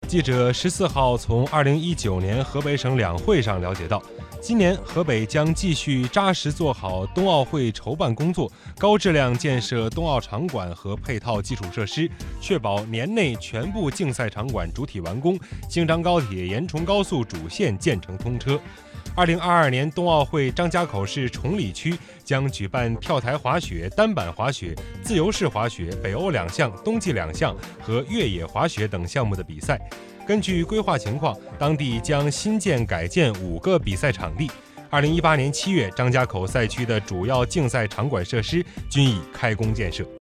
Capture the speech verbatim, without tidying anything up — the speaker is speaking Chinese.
记者十四号从二零一九年河北省两会上了解到，今年河北将继续扎实做好冬奥会筹办工作，高质量建设冬奥场馆和配套基础设施，确保年内全部竞赛场馆主体完工，京张高铁延崇高速主线建成通车。二零二二年冬奥会张家口市崇礼区将举办跳台滑雪、单板滑雪、自由式滑雪、北欧两项、冬季两项和越野滑雪等项目的比赛。根据规划情况，当地将新建改建五个比赛场地。二零一八年七月，张家口赛区的主要竞赛场馆设施均已开工建设。